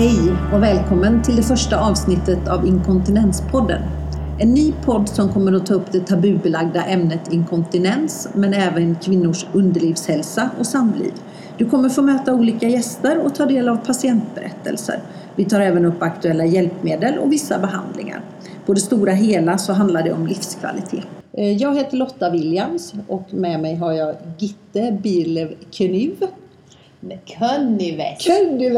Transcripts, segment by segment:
Hej och välkommen till det första avsnittet av Inkontinenspodden. En ny podd som kommer att ta upp det tabubelagda ämnet inkontinens, men även kvinnors underlivshälsa och samliv. Du kommer få möta olika gäster och ta del av patientberättelser. Vi tar även upp aktuella hjälpmedel och vissa behandlingar. På det stora hela så handlar det om livskvalitet. Jag heter Lotta Williams och med mig har jag Gitte Birlev Knyv. Könnyvest.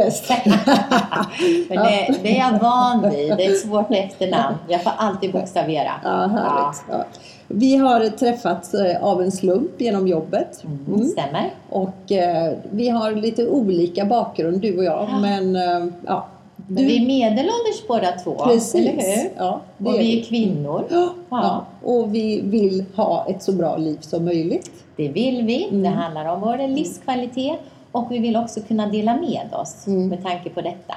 Könnyvest. Det är jag van vid. Det är ett svårt efternamn. Jag får alltid bokstavera. Ja, härligt. Ja. Vi har träffats av en slump genom jobbet. Stämmer. Och vi har lite olika bakgrund, du och jag. Men ja. Men vi är medelålders båda två. Precis. Eller hur? Ja, och vi är kvinnor. Ja. Och vi vill ha ett så bra liv som möjligt. Det vill vi. Det handlar om vår livskvalitet. Och vi vill också kunna dela med oss med tanke på detta.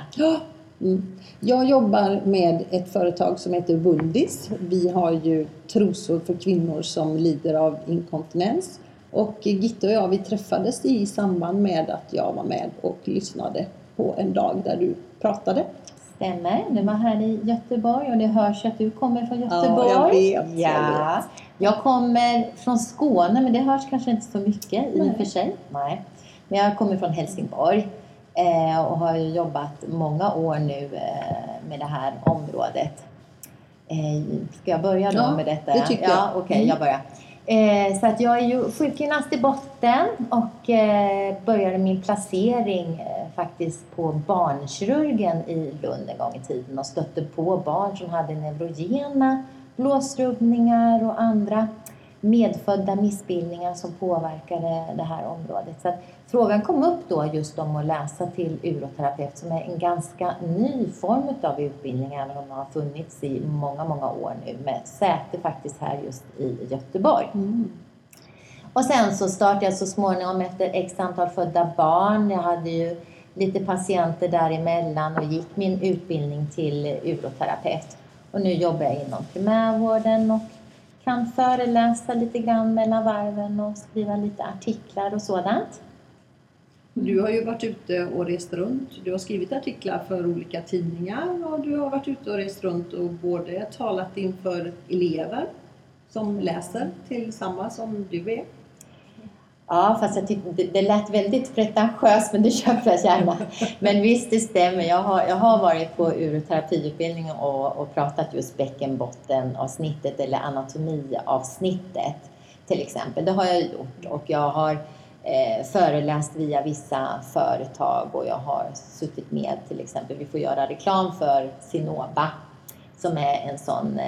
Jag jobbar med ett företag som heter Bundis. Vi har ju trosor för kvinnor som lider av inkontinens. Och Gitte och jag, vi träffades i samband med att jag var med och lyssnade på en dag där du pratade. Stämmer. Du var här i Göteborg och det hörs att du kommer från Göteborg. Ja, jag vet. Ja. Jag kommer från Skåne, men det hörs kanske inte så mycket i och för sig. Nej. Men jag kommer från Helsingborg och har jobbat många år nu med det här området. Ska jag börja då med detta? Det tycker jag. Ja, okej, jag börjar. Så att jag är ju sjukgymnast i botten och började min placering faktiskt på barnkirurgen i Lund en gång i tiden och stötte på barn som hade neurogena blåsrubbningar och andra medfödda missbildningar som påverkade det här området. Så att frågan kom upp då just om att läsa till uroterapeut som är en ganska ny form av utbildning, även om den har funnits i många, många år nu, med säte faktiskt här just i Göteborg. Och sen så startade jag så småningom efter x antal födda barn. Jag hade ju lite patienter däremellan och gick min utbildning till uroterapeut. Och nu jobbar jag inom primärvården och kan föreläsa lite grann mellan varven och skriva lite artiklar och sådant. Du har ju varit ute och rest runt. Du har skrivit artiklar för olika tidningar och du har varit ute och rest runt och både talat inför elever som läser tillsammans som du är. Ja, fast jag tyckte det lät väldigt pretentiöst, men det köper jag gärna. Men visst, det stämmer. Jag har varit på uroterapiutbildning och pratat just bäckenbottenavsnittet eller anatomiavsnittet till exempel. Det har jag gjort och jag har föreläst via vissa företag och jag har suttit med till exempel. Vi får göra reklam för Sinoba som är en sån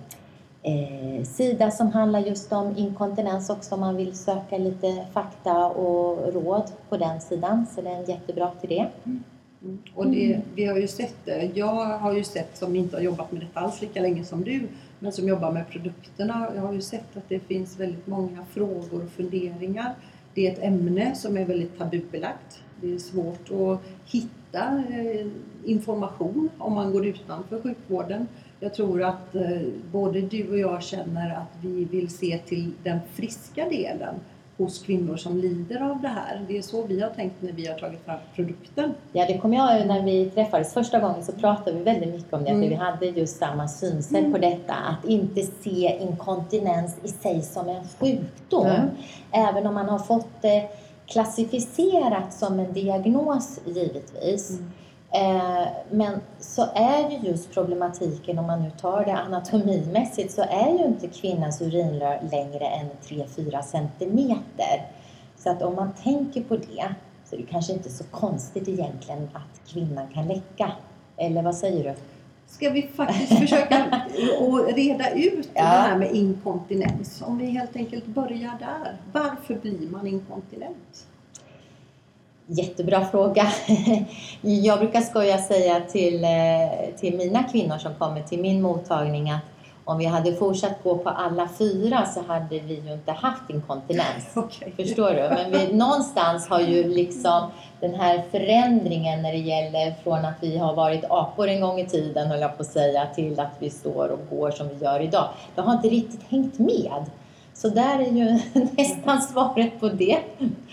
sida som handlar just om inkontinens också, om man vill söka lite fakta och råd på den sidan, så det är en jättebra till det. Och vi har ju sett det. Jag har ju sett, som inte har jobbat med detta alls lika länge som du, men som jobbar med produkterna, jag har ju sett att det finns väldigt många frågor och funderingar. Det är ett ämne som är väldigt tabubelagt. Det är svårt att hitta information om man går utanför sjukvården. Jag tror att både du och jag känner att vi vill se till den friska delen hos kvinnor som lider av det här. Det är så vi har tänkt när vi har tagit fram produkten. Ja, det kommer jag när vi träffades första gången, så pratade vi väldigt mycket om det. För vi hade just samma synsätt på detta. Att inte se inkontinens i sig som en sjukdom. Även om man har fått det klassificerat som en diagnos givetvis. Men så är ju just problematiken, om man nu tar det anatomimässigt, så är ju inte kvinnans urinrör längre än 3-4 centimeter. Så att om man tänker på det, så är det kanske inte så konstigt egentligen att kvinnan kan läcka. Eller vad säger du? Ska vi faktiskt försöka att reda ut det här med inkontinens? Om vi helt enkelt börjar där. Varför blir man inkontinent? Jättebra fråga. Jag brukar skoja säga till mina kvinnor som kommer till min mottagning att om vi hade fortsatt gå på alla 4 så hade vi ju inte haft inkontinens. Okay. Förstår du? Men någonstans har ju liksom den här förändringen när det gäller från att vi har varit apor en gång i tiden, höll jag på att säga, till att vi står och går som vi gör idag. Det har inte riktigt hängt med. Så där är ju nästan svaret på det.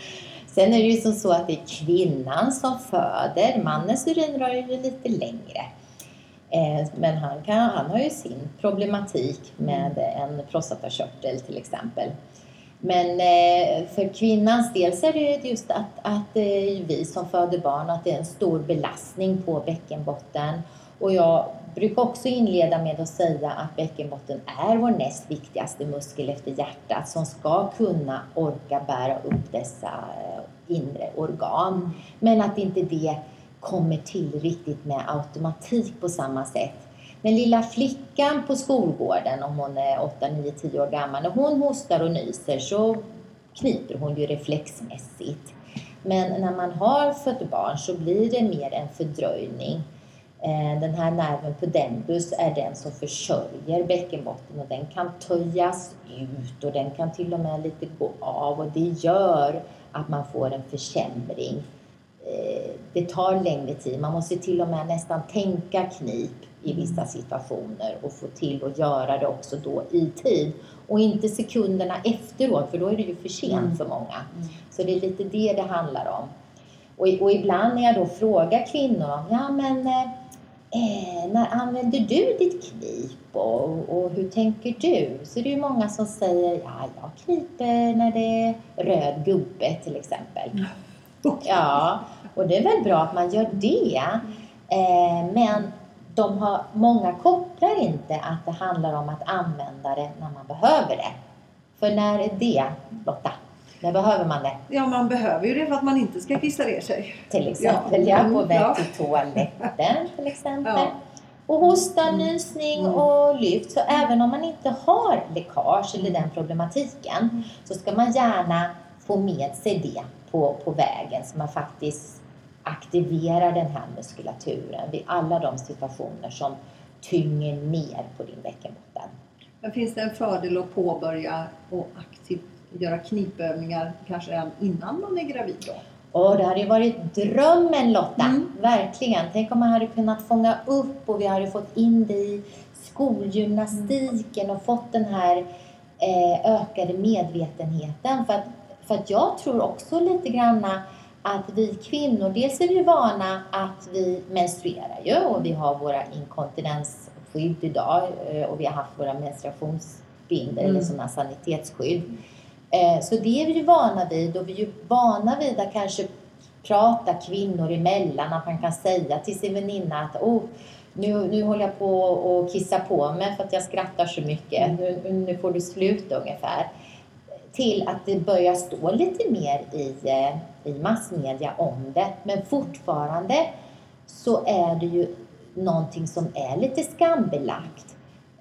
Sen är det ju som så att det är kvinnan som föder. Mannens urinrör är ju lite längre. Men han har ju sin problematik med en prostatakörtel till exempel. Men för kvinnans del så är det just att vi som föder barn, att det är en stor belastning på bäckenbotten. Och jag brukar också inleda med att säga att bäckenbotten är vår näst viktigaste muskel efter hjärtat, som ska kunna orka bära upp dessa inre organ. Men att inte det kommer till riktigt med automatik på samma sätt. Den lilla flickan på skolgården, om hon är 8, 9, 10 år gammal, när hon hostar och nyser så kniper hon ju reflexmässigt. Men när man har fött barn så blir det mer en fördröjning. Den här nerven pudendus är den som försörjer bäckenbotten, och den kan töjas ut och den kan till och med lite gå av, och det gör att man får en försämring. Det tar längre tid. Man måste till och med nästan tänka knip i vissa situationer och få till att göra det också då i tid. Och inte sekunderna efteråt, för då är det ju för sent för många. Så det är lite det handlar om. Och ibland när jag då frågar kvinnor om, när använder du ditt knip och hur tänker du? Så det är ju många som säger, jag kniper när det är röd gubbe till exempel. Ja, och det är väl bra att man gör det. Men många kopplar inte att det handlar om att använda det när man behöver det. För när är det, Lotta? När behöver man det? Ja, man behöver ju det för att man inte ska kissa ner sig. Till exempel, på väg till toaletten till exempel. Ja. Och hosta, nysning och lyft. Så även om man inte har läckage eller den problematiken, så ska man gärna få med sig det på vägen, så man faktiskt aktiverar den här muskulaturen vid alla de situationer som tynger ner på din bäckenbotten. Men finns det en fördel att påbörja och aktivt göra knipövningar kanske redan innan man är gravid då? Det hade ju varit drömmen, Lotta. Verkligen. Tänk om man hade kunnat fånga upp och vi hade fått in det i skolgymnastiken och fått den här ökade medvetenheten. För att jag tror också lite grann att vi kvinnor, dels är vi vana att vi menstruerar ju, och vi har våra inkontinensskydd idag, och vi har haft våra menstruationsbindor eller sådana sanitetsskydd. Så det är vi ju vana vid, och vi är ju vana vid att kanske prata kvinnor emellan, att man kan säga till sin väninna att nu håller jag på att kissa på mig för att jag skrattar så mycket, nu får du sluta ungefär. Till att det börjar stå lite mer i massmedia om det. Men fortfarande så är det ju någonting som är lite skambelagt.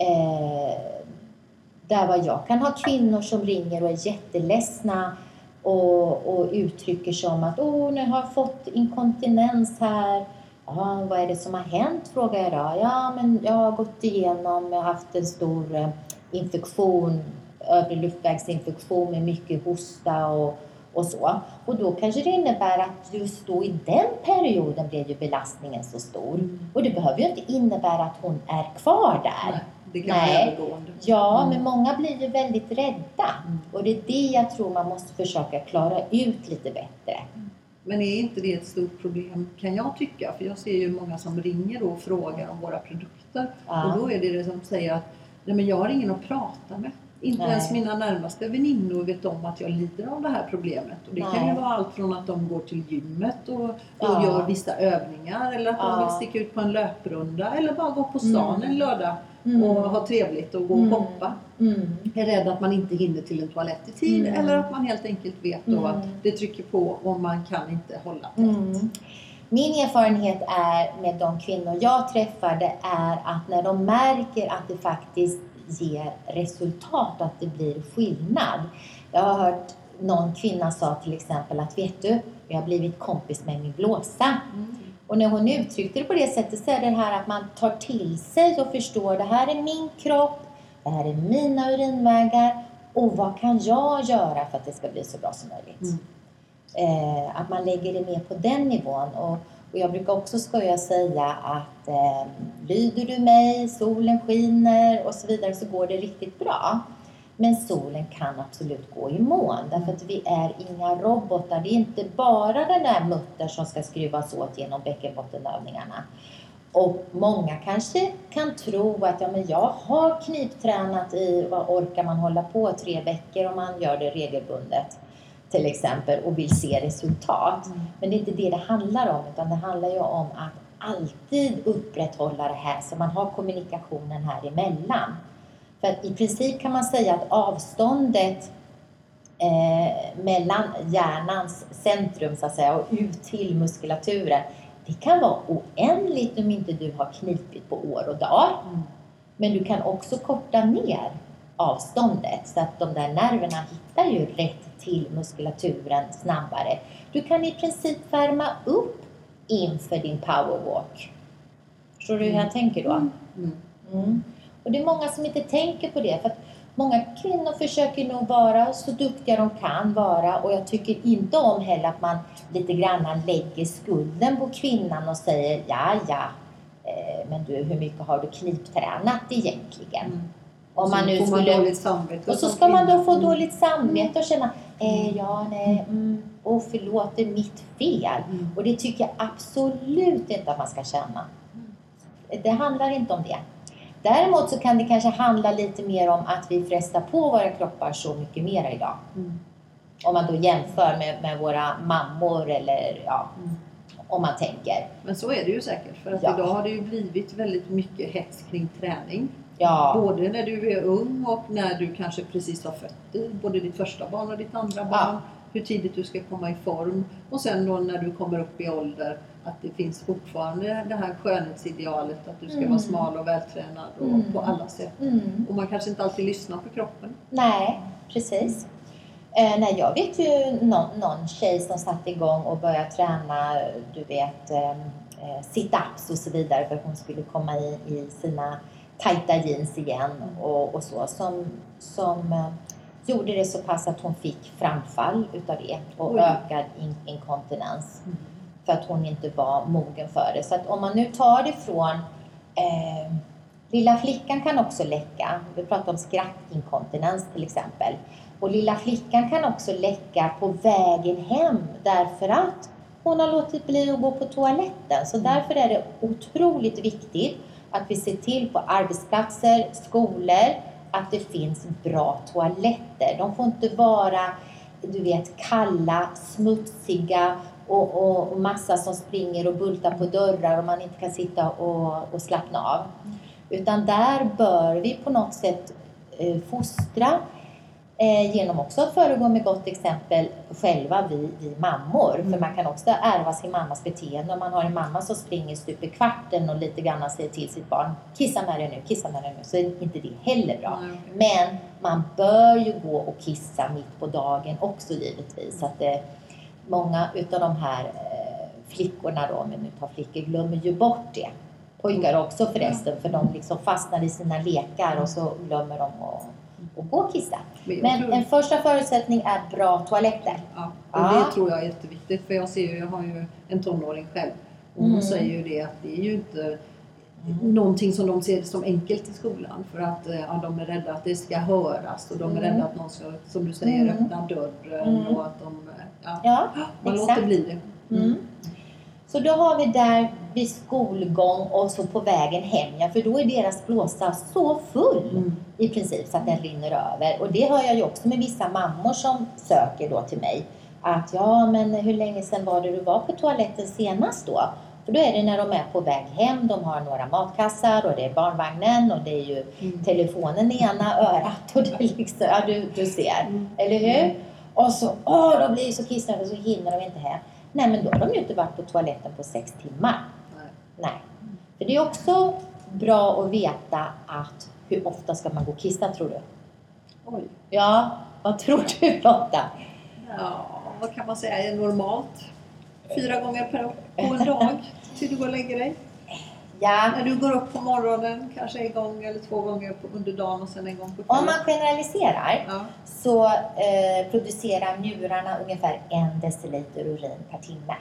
Där vad jag kan ha kvinnor som ringer och är jätteledsna och uttrycker som att nu har jag fått inkontinens här. Ja, vad är det som har hänt, frågar jag då. Ja, men jag har gått igenom, jag har haft en stor infektion, övre luftvägsinfektion med mycket hosta och så. Och då kanske det innebär att just då i den perioden blir ju belastningen så stor. Och det behöver ju inte innebära att hon är kvar där. Nej, det kan vara övergående. Ja, men många blir ju väldigt rädda. Och det är det jag tror man måste försöka klara ut lite bättre. Men är inte det ett stort problem, kan jag tycka? För jag ser ju många som ringer och frågar om våra produkter. Ja. Och då är det som säger att nej, men jag har ingen att prata med. Inte ens mina närmaste väninnor vet om att jag lider av det här problemet. Och det kan ju vara allt från att de går till gymmet och gör vissa övningar. Eller att de vill sticka ut på en löprunda. Eller bara gå på stan en lördag och ha trevligt och gå och hoppa. Är rädd att man inte hinner till en toalett i tid. Eller att man helt enkelt vet då att det trycker på och man kan inte hålla tätt. Min erfarenhet är med de kvinnor jag träffar, det är att när de märker att det faktiskt ger resultat, att det blir skillnad. Jag har hört någon kvinna sa till exempel att vet du, jag har blivit kompis med min blåsa. Och när hon uttryckte det på det sättet så är det här att man tar till sig och förstår, det här är min kropp, det här är mina urinvägar och vad kan jag göra för att det ska bli så bra som möjligt. Att man lägger det mer på den nivån. Och jag brukar också skoja säga att lyder du mig, solen skiner och så vidare, så går det riktigt bra. Men solen kan absolut gå i moln. Därför att vi är inga robotar. Det är inte bara den där muttern som ska skruvas åt genom bäckenbottenövningarna. Och många kanske kan tro att men jag har kniptränat i, vad orkar man hålla på, 3 veckor om man gör det regelbundet till exempel och vill se resultat. Men det är inte det handlar om, utan det handlar ju om att alltid upprätthålla det här så man har kommunikationen här emellan. För att i princip kan man säga att avståndet mellan hjärnans centrum så att säga och ut till muskulaturen, det kan vara oändligt om inte du har knipit på år och dagar. Men du kan också korta ner avståndet så att de där nerverna hittar ju rätt till muskulaturen snabbare. Du kan i princip värma upp inför din powerwalk. Förstår du hur jag tänker då? Och det är många som inte tänker på det. För att många kvinnor försöker nog vara så duktiga de kan vara. Och jag tycker inte om heller att man lite grann lägger skulden på kvinnan och säger men du, hur mycket har du kniptränat egentligen? Om man nu skulle... Och så ska man då få dåligt samvete och känna förlåt, det är mitt fel. Och det tycker jag absolut inte att man ska känna. Det handlar inte om det. Däremot så kan det kanske handla lite mer om att vi frestar på våra kroppar så mycket mer idag. Om man då jämför med våra mammor eller om man tänker. Men så är det ju säkert. För att idag har det ju blivit väldigt mycket hets kring träning. Ja. Både när du är ung och när du kanske precis har fött både ditt första barn och ditt andra barn. Hur tidigt du ska komma i form. Och sen då när du kommer upp i ålder att det finns fortfarande det här skönhetsidealet att du ska vara smal och vältränad och på alla sätt. Och man kanske inte alltid lyssnar på kroppen. Nej, precis. Jag vet ju någon tjej som satte igång och började träna, du vet, sit-ups och så vidare för att hon skulle komma i sina tajta jeans igen och så som gjorde det så pass att hon fick framfall utav det och ökad inkontinens för att hon inte var mogen för det. Så att om man nu tar det från lilla flickan kan också läcka. Vi pratar om skrattinkontinens till exempel. Och lilla flickan kan också läcka på vägen hem därför att hon har låtit bli att gå på toaletten. Så därför är det otroligt viktigt att vi ser till på arbetsplatser, skolor, att det finns bra toaletter. De får inte vara, du vet, kalla, smutsiga och massa som springer och bultar på dörrar och man inte kan sitta och slappna av. Utan där bör vi på något sätt fostra genom också att föregå med gott exempel själva vi mammor. För man kan också ärva sin mammas beteende. Om man har en mamma som springer stup i kvarten och lite grann säger till sitt barn kissa med det nu, så är inte det heller bra. Men man bör ju gå och kissa mitt på dagen också givetvis. Så att många utav de här flickorna då, men nu tar flickor, glömmer ju bort det. Pojkar också förresten, för de liksom fastnar i sina lekar och så glömmer de att gå och kissa. Men en första förutsättning är bra toaletter. Ja, och det tror jag är jätteviktigt. För jag har ju en tonåring själv. Och hon säger ju det att det är ju inte någonting som de ser som enkelt i skolan. För att de är rädda att det ska höras. Och de är rädda att någon ska, som du säger, öppna dörren. Och att man låter bli det. Så då har vi där vid skolgång och så på vägen hem. Ja, för då är deras blåsa så full i princip så att den rinner över. Och det har jag ju också med vissa mammor som söker då till mig. Att men hur länge sedan var det du var på toaletten senast då? För då är det när de är på väg hem. De har några matkassar och det är barnvagnen och det är ju telefonen i ena örat. Och det är liksom, du ser, eller hur? Och så, de blir så kissade och så hinner de inte hem. Nej, men då har de ju inte varit på toaletten på 6 timmar. Nej. För det är också bra att veta att hur ofta ska man gå och kissa, tror du? Oj. Ja, vad tror du, Lotta? Ja, vad kan man säga är normalt? 4 gånger på en dag till du går och lägger dig? Ja. När du går upp på morgonen, kanske 1 gång eller 2 gånger under dagen och sen 1 gång på kvällen. Om man generaliserar så producerar njurarna ungefär 1 deciliter urin per timme.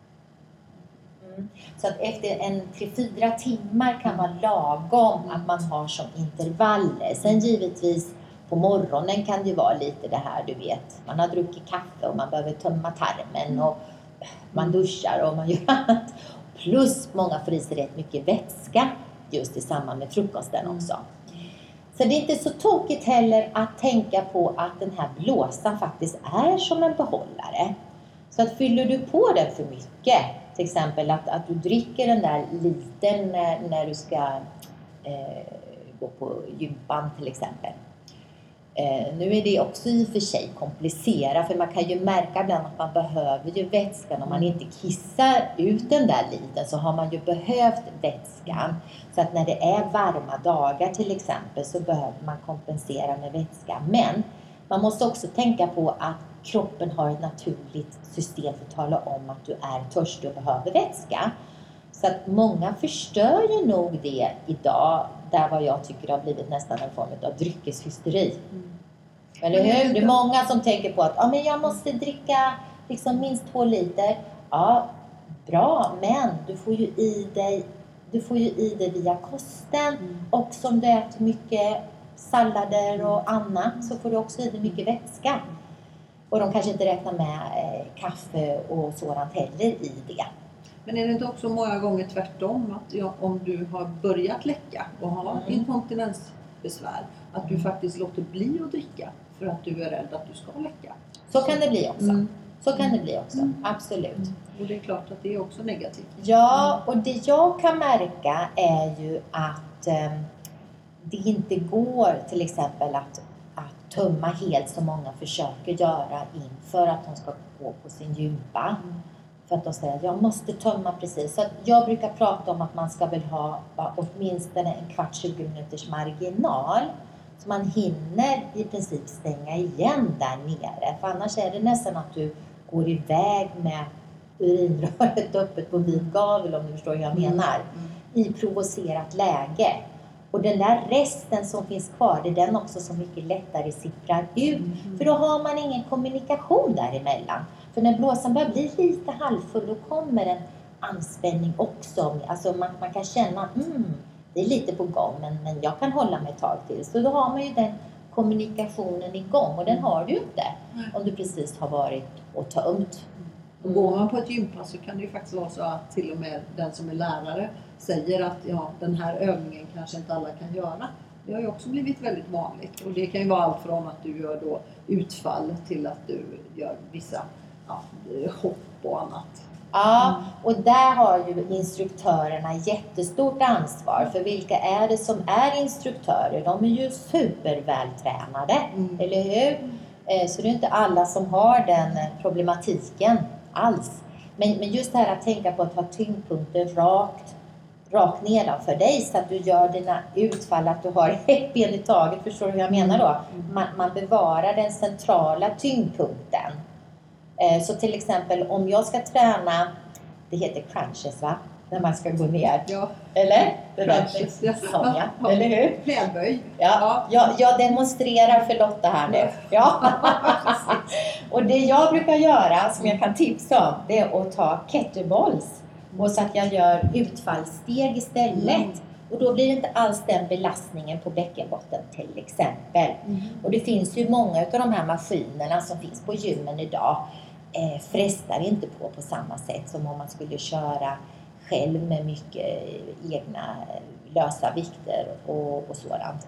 Så att efter 3-4 timmar kan vara lagom att man har som intervaller. Sen givetvis på morgonen kan det vara lite det här, du vet. Man har druckit kaffe och man behöver tömma tarmen och man duschar och man gör annat. Plus många får i sig rätt mycket vätska just i samband med frukosten också. Så det är inte så tokigt heller att tänka på att den här blåsan faktiskt är som en behållare. Så att fyller du på den för mycket, till exempel att du dricker den där liten när du ska gå på gympan till exempel. Nu är det också i och för sig komplicerat, för man kan ju märka ibland att man behöver ju vätskan. Om man inte kissar ut den där liten så har man ju behövt vätskan. Så att när det är varma dagar till exempel så behöver man kompensera med vätska. Men man måste också tänka på att kroppen har ett naturligt system för att tala om att du är törstig och behöver vätska. Så att många förstör ju nog det idag, där vad jag tycker har blivit nästan en form av dryckeshysteri. Eller hur? Det är många som tänker på att men jag måste dricka liksom minst 2 liter. Ja, bra, men du får ju i dig via kosten. Och som du äter mycket sallader och annat så får du också i dig mycket vätska. Och de kanske inte räknar med kaffe och sådant heller i det. Men är det inte också många gånger tvärtom att om du har börjat läcka och har inkontinensbesvär, att du faktiskt låter bli att dricka för att du är rädd att du ska läcka? Så kan det bli också. Så kan det bli också, absolut. Och det är klart att det är också negativt. Ja, och det jag kan märka är ju att det inte går till exempel att tömma helt som många försöker göra inför att de ska gå på sin gympa. För att de säger att jag måste tömma precis. Så jag brukar prata om att man ska väl ha åtminstone en kvart, 20 minuters marginal. Så man hinner i princip stänga igen där nere. För annars är det nästan att du går iväg med urinröret öppet på vid gavel, om du förstår hur jag menar. I provocerat läge. Och den där resten som finns kvar, det är den också som mycket lättare sipprar ut. För då har man ingen kommunikation däremellan. För när blåsan börjar bli lite halvfull, då kommer en anspänning också. Alltså man kan känna att det är lite på gång, men jag kan hålla mig ett tag till. Så då har man ju den kommunikationen igång, och den har du ju inte om du precis har varit och tömt. Och går man på ett gympass så kan det ju faktiskt vara så att till och med den som är lärare säger att den här övningen kanske inte alla kan göra. Det har ju också blivit väldigt vanligt. Och det kan ju vara allt från att du gör då utfall till att du gör vissa hopp och annat. Ja, och där har ju instruktörerna jättestort ansvar. För vilka är det som är instruktörer? De är ju supervältränade, eller hur? Så det är inte alla som har den problematiken alls. Men just det här att tänka på att ha tyngdpunkten rakt nedanför dig, så att du gör dina utfall, att du har ett ben i taget. Förstår du hur jag menar då? Man bevarar den centrala tyngdpunkten. Så till exempel om jag ska träna, det heter crunches va? När man ska gå ner. Ja. Eller? Crunches, ja. Sonja, eller hur? Knäböj. Ja. Jag demonstrerar för Lotta här nu. Ja. Och det jag brukar göra, som jag kan tipsa om, det är att ta kettlebells. Och så att jag gör utfallssteg istället. Och då blir det inte alls den belastningen på bäckenbotten till exempel. Och det finns ju många av de här maskinerna som finns på gymmen idag. Frestar inte på samma sätt som om man skulle köra själv med mycket egna lösa vikter och sådant.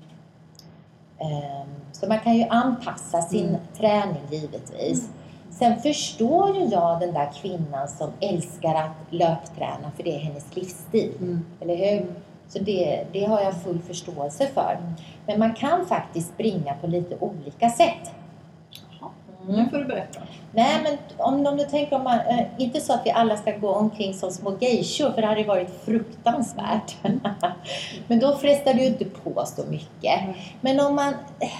Så man kan ju anpassa sin träning givetvis. Sen förstår ju jag den där kvinnan som älskar att löpträna, för det är hennes livsstil. Eller hur? Så det har jag full förståelse för. Men man kan faktiskt springa på lite olika sätt. Nu får du berätta. Nej, men om du tänker inte så att vi alla ska gå omkring som små geishor, för det hade varit fruktansvärt. Men då frestar du inte på så mycket. Men om man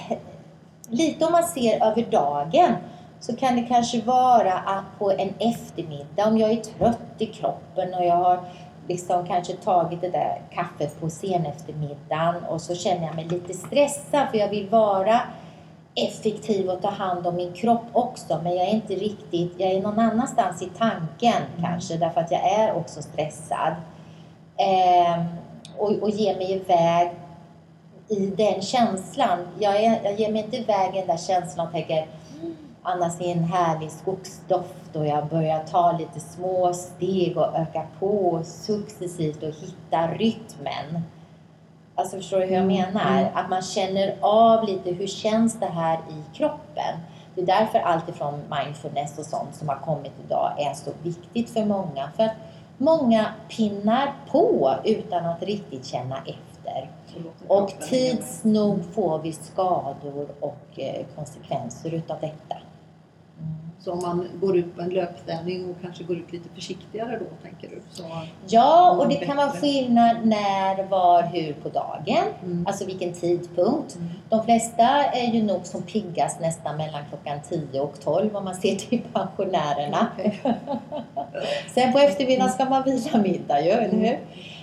ser över dagen, så kan det kanske vara att på en eftermiddag, om jag är trött i kroppen och jag har liksom kanske tagit det där kaffet på sen eftermiddagen, och så känner jag mig lite stressad för jag vill vara effektiv och ta hand om min kropp också, men jag är inte riktigt, jag är någon annanstans i tanken kanske, därför att jag är också stressad, och ge mig iväg i den känslan. Jag ger mig inte iväg i den där känslan och tänker andas in en härlig skogsdoft och jag börjar ta lite små steg och öka på successivt och hitta rytmen. Alltså förstår du hur jag menar? Att man känner av lite hur känns det här i kroppen. Det är därför allt ifrån mindfulness och sånt som har kommit idag är så viktigt för många. För att många pinnar på utan att riktigt känna efter. Och tids nog får vi skador och konsekvenser utav detta. Så om man går ut på en löpställning och kanske går ut lite försiktigare då, tänker du? Så ja, och det kan vara skillnad när, var, hur på dagen. Alltså vilken tidpunkt. De flesta är ju nog som piggast nästan mellan klockan 10 och 12 om man ser till pensionärerna. Okay. Sen på eftermiddagen ska man vila middag ju, eller hur?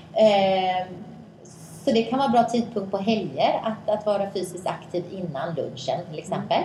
Så det kan vara bra tidpunkt på helger att vara fysiskt aktiv innan lunchen till exempel.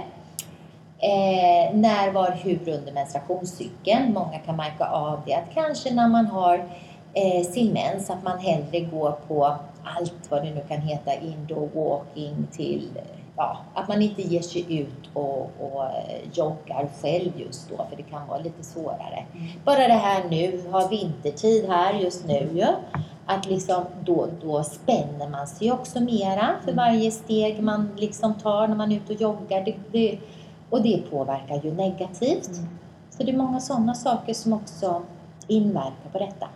När, var, hur under menstruationscykeln. Många kan märka av det. Att kanske när man har sin mens att man hellre går på allt vad det nu kan heta. Indoor walking till... Ja, att man inte ger sig ut och joggar själv just då. För det kan vara lite svårare. Bara det här nu. Har vintertid här just nu ju. Att liksom då spänner man sig också mera. För varje steg man liksom tar när man är ute och joggar. Och det påverkar ju negativt. Så det är många sådana saker som också inverkar på detta.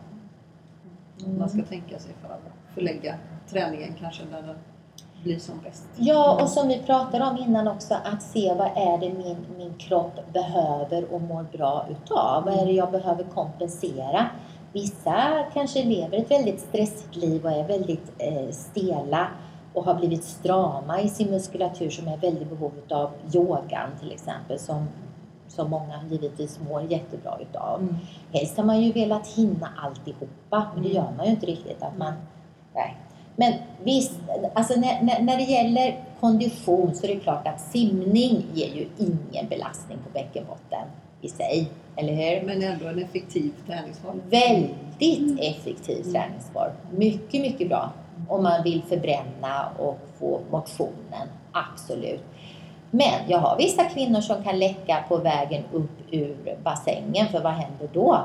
Man ska tänka sig för att förlägga träningen kanske när den blir som bäst. Ja, och som vi pratade om innan också. Att se vad är det min kropp behöver och mår bra utav. Vad är det jag behöver kompensera. Vissa kanske lever ett väldigt stressigt liv och är väldigt stela. Och har blivit strama i sin muskulatur som är väldigt behov av yogan till exempel. Som många givetvis mår jättebra utav. Helst har man ju velat hinna alltihopa. Men det gör man ju inte riktigt. Nej. Men visst, alltså när det gäller kondition så är det klart att simning ger ju ingen belastning på bäckenbotten i sig. Eller hur? Men ändå en effektiv träningsform. Väldigt effektiv träningsform. Mycket, mycket bra. Om man vill förbränna och få motionen. Absolut. Men jag har vissa kvinnor som kan läcka på vägen upp ur bassängen. För vad händer då?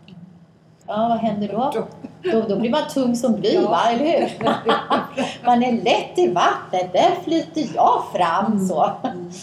Ja, vad händer då? Då blir man tung som bly, va? Eller hur? Man är lätt i vattnet. Där flyter jag fram så.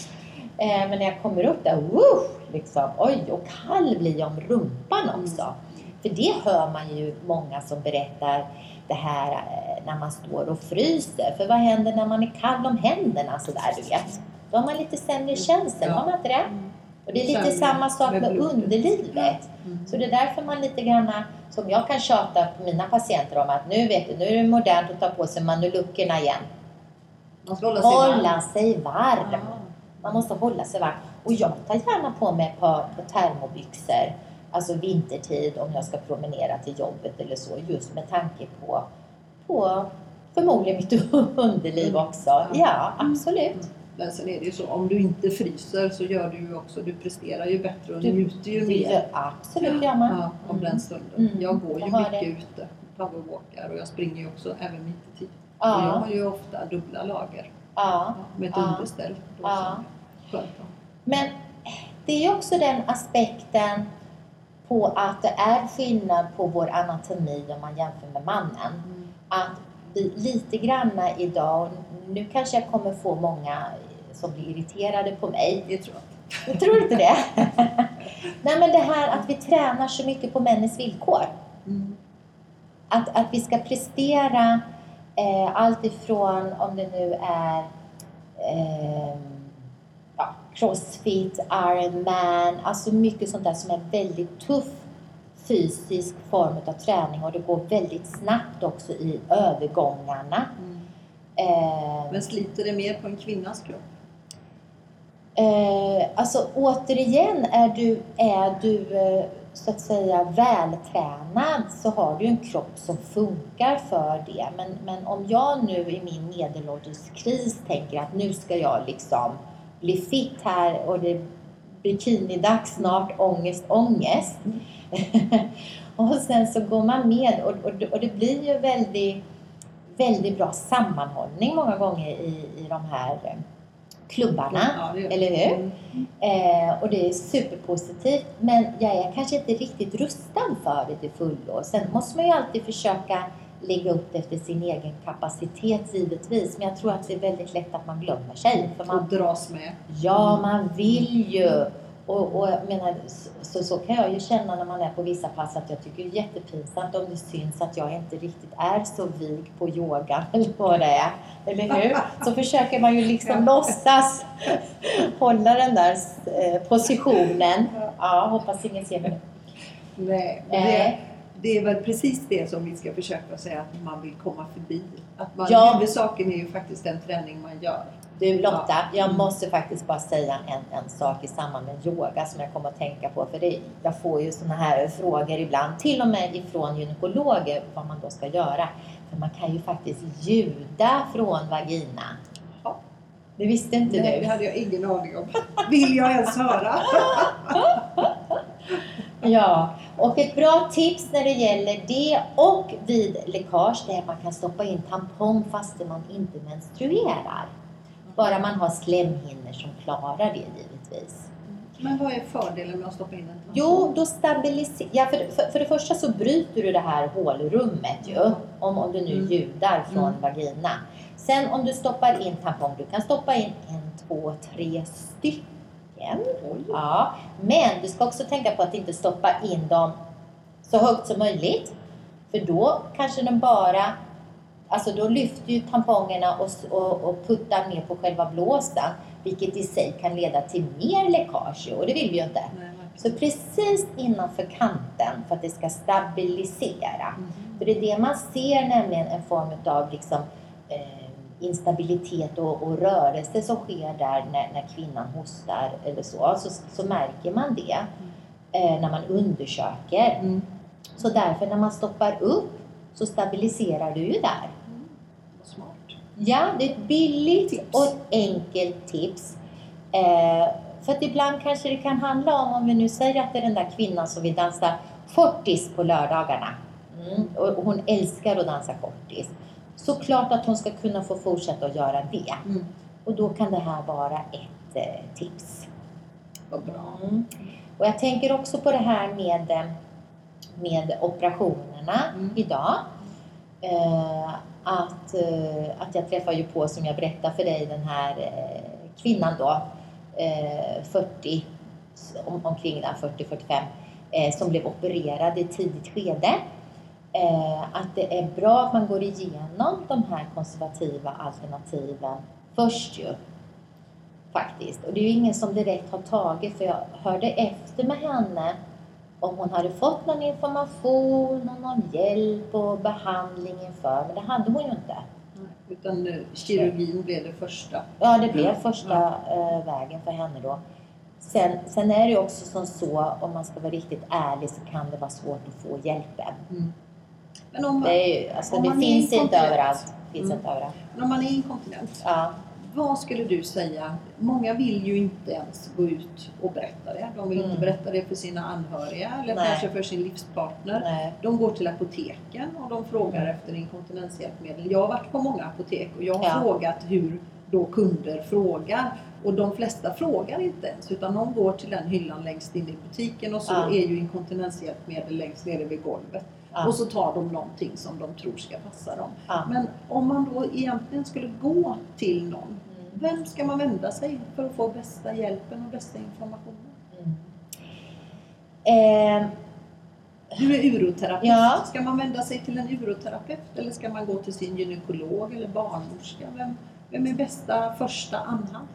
Men när jag kommer upp där, liksom, oj, och kall blir jag om rumpan också. För det hör man ju många som berättar det här när man står och fryser. För vad händer när man är kall om händerna så där, du vet? Då har man lite sämre känsel, har man inte det? Och det är lite samma sak med underlivet. Så det är därför man lite grann, som jag kan tjata på mina patienter om att nu vet du, nu är det modernt att ta på sig manuluckerna igen. Man ska hålla sig varm. Man måste hålla sig varm. Och jag tar gärna på mig på termobyxor. Alltså vintertid om jag ska promenera till jobbet eller så. Just med tanke på förmodligen mitt underliv också. Ja, absolut. Men sen är det ju så, om du inte fryser så gör du ju också, du presterar ju bättre och njuter ju mer. Absolut, gör man. Ja, om den stunden. Jag går ju mycket ute, powerwalkar, och jag springer ju också även vintertid. Och jag har ju ofta dubbla lager med ett underställ. Men det är ju också den aspekten på att det är skillnad på vår anatomi om man jämför med mannen. Att vi lite granna idag, nu kanske jag kommer få många som blir irriterade på mig. Jag tror inte. Du tror inte det? Nej, men det här att vi tränar så mycket på männens villkor. Att vi ska prestera allt ifrån om det nu är crossfit, Ironman, alltså mycket sånt där som är väldigt tuff fysisk form av träning, och det går väldigt snabbt också i övergångarna. Men sliter det mer på en kvinnas kropp? Alltså återigen, är du så att säga vältränad så har du en kropp som funkar för det. Men om jag nu i min medelålderskris tänker att nu ska jag liksom bli fit här och det bikinidags snart, ångest. Och sen så går man med och det blir ju väldigt, väldigt bra sammanhållning många gånger i de här klubbarna, eller hur? Och det är superpositivt, men jag är kanske inte riktigt rustad för det till fullo. Sen måste man ju alltid försöka lägga upp det efter sin egen kapacitet givetvis, men jag tror att det är väldigt lätt att man glömmer sig. För man dras med. Ja, man vill ju. Och jag menar, så kan jag ju känna när man är på vissa pass att jag tycker det är jättepinsamt om det syns att jag inte riktigt är så vig på yoga eller vad det är. Eller hur? Så försöker man ju liksom låtsas hålla den där positionen. Ja, hoppas ingen ser mig. Nej, det är väl precis det som vi ska försöka säga att man vill komma förbi. Att man, huvudsaken är ju faktiskt den träning man gör. Du Lotta, jag måste faktiskt bara säga en sak i samband med yoga som jag kommer att tänka på. För jag får ju såna här frågor ibland, till och med ifrån gynekologer, vad man då ska göra. För man kan ju faktiskt ljuda från vagina. Ja. Det visste inte du? Nej, det hade jag ingen aning om. Vill jag ens höra? Ja, och ett bra tips när det gäller det och vid läckage är att man kan stoppa in tampong fast man inte menstruerar. Bara man har slemhinnor som klarar det givetvis. Men vad är fördelen med att stoppa in en tampong? Jo, då stabiliserar... För det första så bryter du det här hålrummet ju. Om du nu ljudar från vagina. Sen om du stoppar in tampong, du kan stoppa in 1, 2, 3 stycken. Ja, men du ska också tänka på att inte stoppa in dem så högt som möjligt. För då kanske den bara... Alltså då lyfter ju tampongerna och puttar ner på själva blåsan. Vilket i sig kan leda till mer läckage. Och det vill vi ju inte. Nej. Så precis innanför kanten för att det ska stabilisera. För det är det man ser, nämligen en form av liksom, instabilitet och rörelse som sker där när kvinnan hostar eller så märker man det när man undersöker. Så därför när man stoppar upp så stabiliserar du ju där. Smart. Ja, det är ett billigt och enkelt tips. För att ibland kanske det kan handla om vi nu säger att det är den där kvinnan som vill dansa kortis på lördagarna. Och hon älskar att dansa kortis. Så klart att hon ska kunna få fortsätta att göra det. Och då kan det här vara ett tips. Vad bra. Och jag tänker också på det här med operationerna idag. Att jag träffar ju på, som jag berättar för dig, den här kvinnan då, 40, omkring där 40-45, som blev opererad i tidigt skede. Att det är bra att man går igenom de här konservativa alternativen först ju. Faktiskt. Och det är ju ingen som direkt har tagit, för jag hörde efter med henne om hon hade fått någon information och någon hjälp och behandling inför. Men det hade hon ju inte. Utan kirurgin blev det första. Ja, det blev första vägen för henne då. Sen är det ju också som så, om man ska vara riktigt ärlig, så kan det vara svårt att få hjälpen. Men om det finns inte överallt. Men om man är inkontinent, vad skulle du säga? Många vill ju inte ens gå ut och berätta det. De vill inte berätta det för sina anhöriga eller kanske för sin livspartner. Nej. De går till apoteken och de frågar efter inkontinenshjälpmedel. Jag har varit på många apotek och jag har frågat hur då kunder frågar. Och de flesta frågar inte ens, utan de går till den hyllan längst in i butiken och så är ju inkontinenshjälpmedel längst nere vid golvet. Och så tar de någonting som de tror ska passa dem. Men om man då egentligen skulle gå till någon, vem ska man vända sig för att få bästa hjälpen och bästa informationen? Du är uroterapeut. Ja. Ska man vända sig till en uroterapeut eller ska man gå till sin gynekolog eller barnmorska? Vem är bästa första anhalt?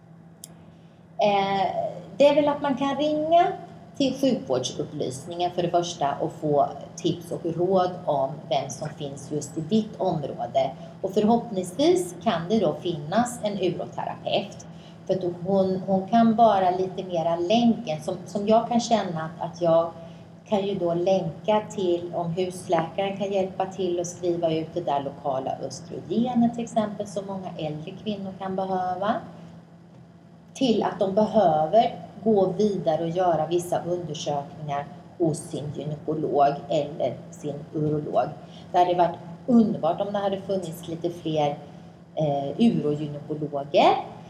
Det är väl att man kan ringa till sjukvårdsupplysningen för det första och få tips och råd om vem som finns just i ditt område. Och förhoppningsvis kan det då finnas en uroterapeut. För att hon kan vara lite mera länken. Som jag kan känna att jag kan ju då länka till om husläkaren kan hjälpa till att skriva ut det där lokala östrogenet till exempel, som många äldre kvinnor kan behöva. Till att de behöver gå vidare och göra vissa undersökningar hos sin gynekolog eller sin urolog. Det hade varit underbart om det hade funnits lite fler urogynekologer.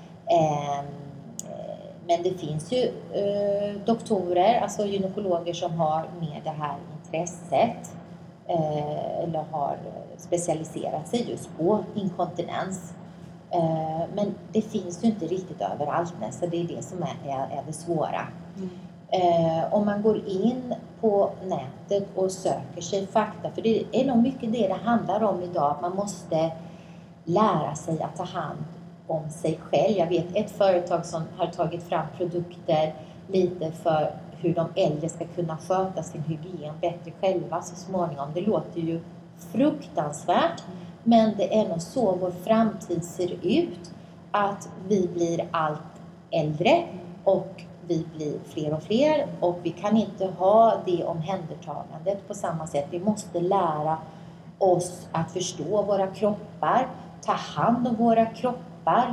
Men det finns ju doktorer, alltså gynekologer som har med det här intresset eller har specialiserat sig just på inkontinens. Men det finns ju inte riktigt överallt, så det är det som är det svåra. Om man går in på nätet och söker sig fakta, för det är nog mycket det handlar om idag, att man måste lära sig att ta hand om sig själv. Jag vet ett företag som har tagit fram produkter lite för hur de äldre ska kunna sköta sin hygien bättre själva så småningom. Det låter ju fruktansvärt, men det är nog så vår framtid ser ut, att vi blir allt äldre och vi blir fler och fler, och vi kan inte ha det omhändertagandet på samma sätt. Vi måste lära oss att förstå våra kroppar, ta hand om våra kroppar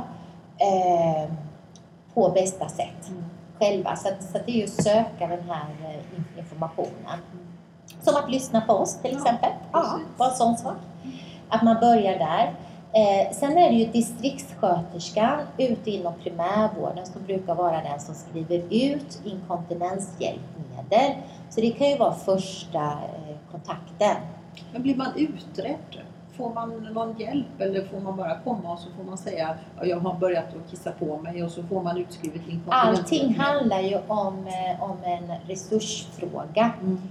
på bästa sätt själva. Så det är ju att söka den här informationen. Som att lyssna på oss till exempel. Ja, bara en sån sak. Att man börjar där. Sen är det ju distriktssköterskan ute inom primärvården som brukar vara den som skriver ut inkontinenshjälpmedel. Så det kan ju vara första kontakten. Men blir man utredd? Får man någon hjälp, eller får man bara komma och så får man säga att jag har börjat att kissa på mig, och så får man utskrivet inkontinens? Allting handlar ju om en resursfråga.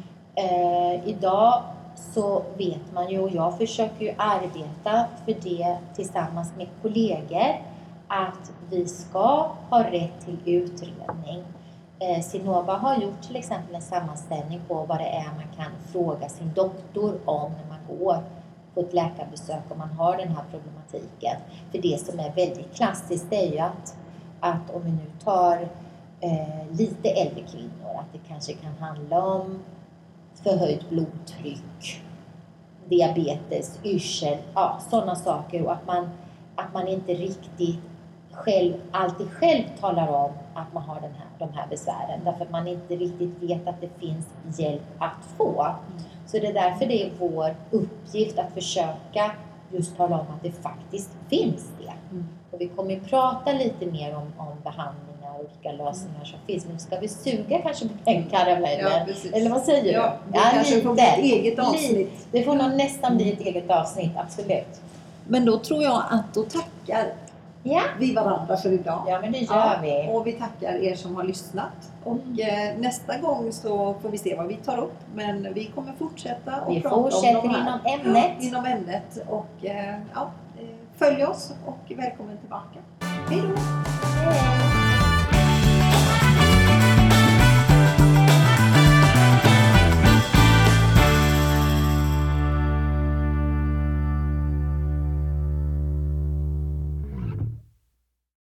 Idag så vet man ju, och jag försöker ju arbeta för det tillsammans med kollegor, att vi ska ha rätt till utredning. Sinova har gjort till exempel en sammanställning på vad det är man kan fråga sin doktor om när man går på ett läkarbesök om man har den här problematiken. För det som är väldigt klassiskt är ju att om vi nu tar lite äldre kvinnor, att det kanske kan handla om förhöjt blodtryck, diabetes, yrsel, ja, sådana saker, och att man inte riktigt alltid själv talar om att man har de här besvären, därför att man inte riktigt vet att det finns hjälp att få. Så det är därför det är vår uppgift att försöka just tala om att det faktiskt finns det. Och vi kommer att prata lite mer om behandlingar och vilka lösningar som finns. Men nu ska vi suga kanske på den karamellen. Eller vad säger du? Ja, det kanske får bli ett eget avsnitt. Det får nog nästan bli ett eget avsnitt, absolut. Men då tror jag att då tackar vi varandra för idag. Ja, men det gör vi. Och vi tackar er som har lyssnat. Och nästa gång så får vi se vad vi tar upp. Men vi kommer fortsätta och prata om de här. Inom ämnet. Ja, inom ämnet. Och följ oss och välkommen tillbaka. Hej då! Hej!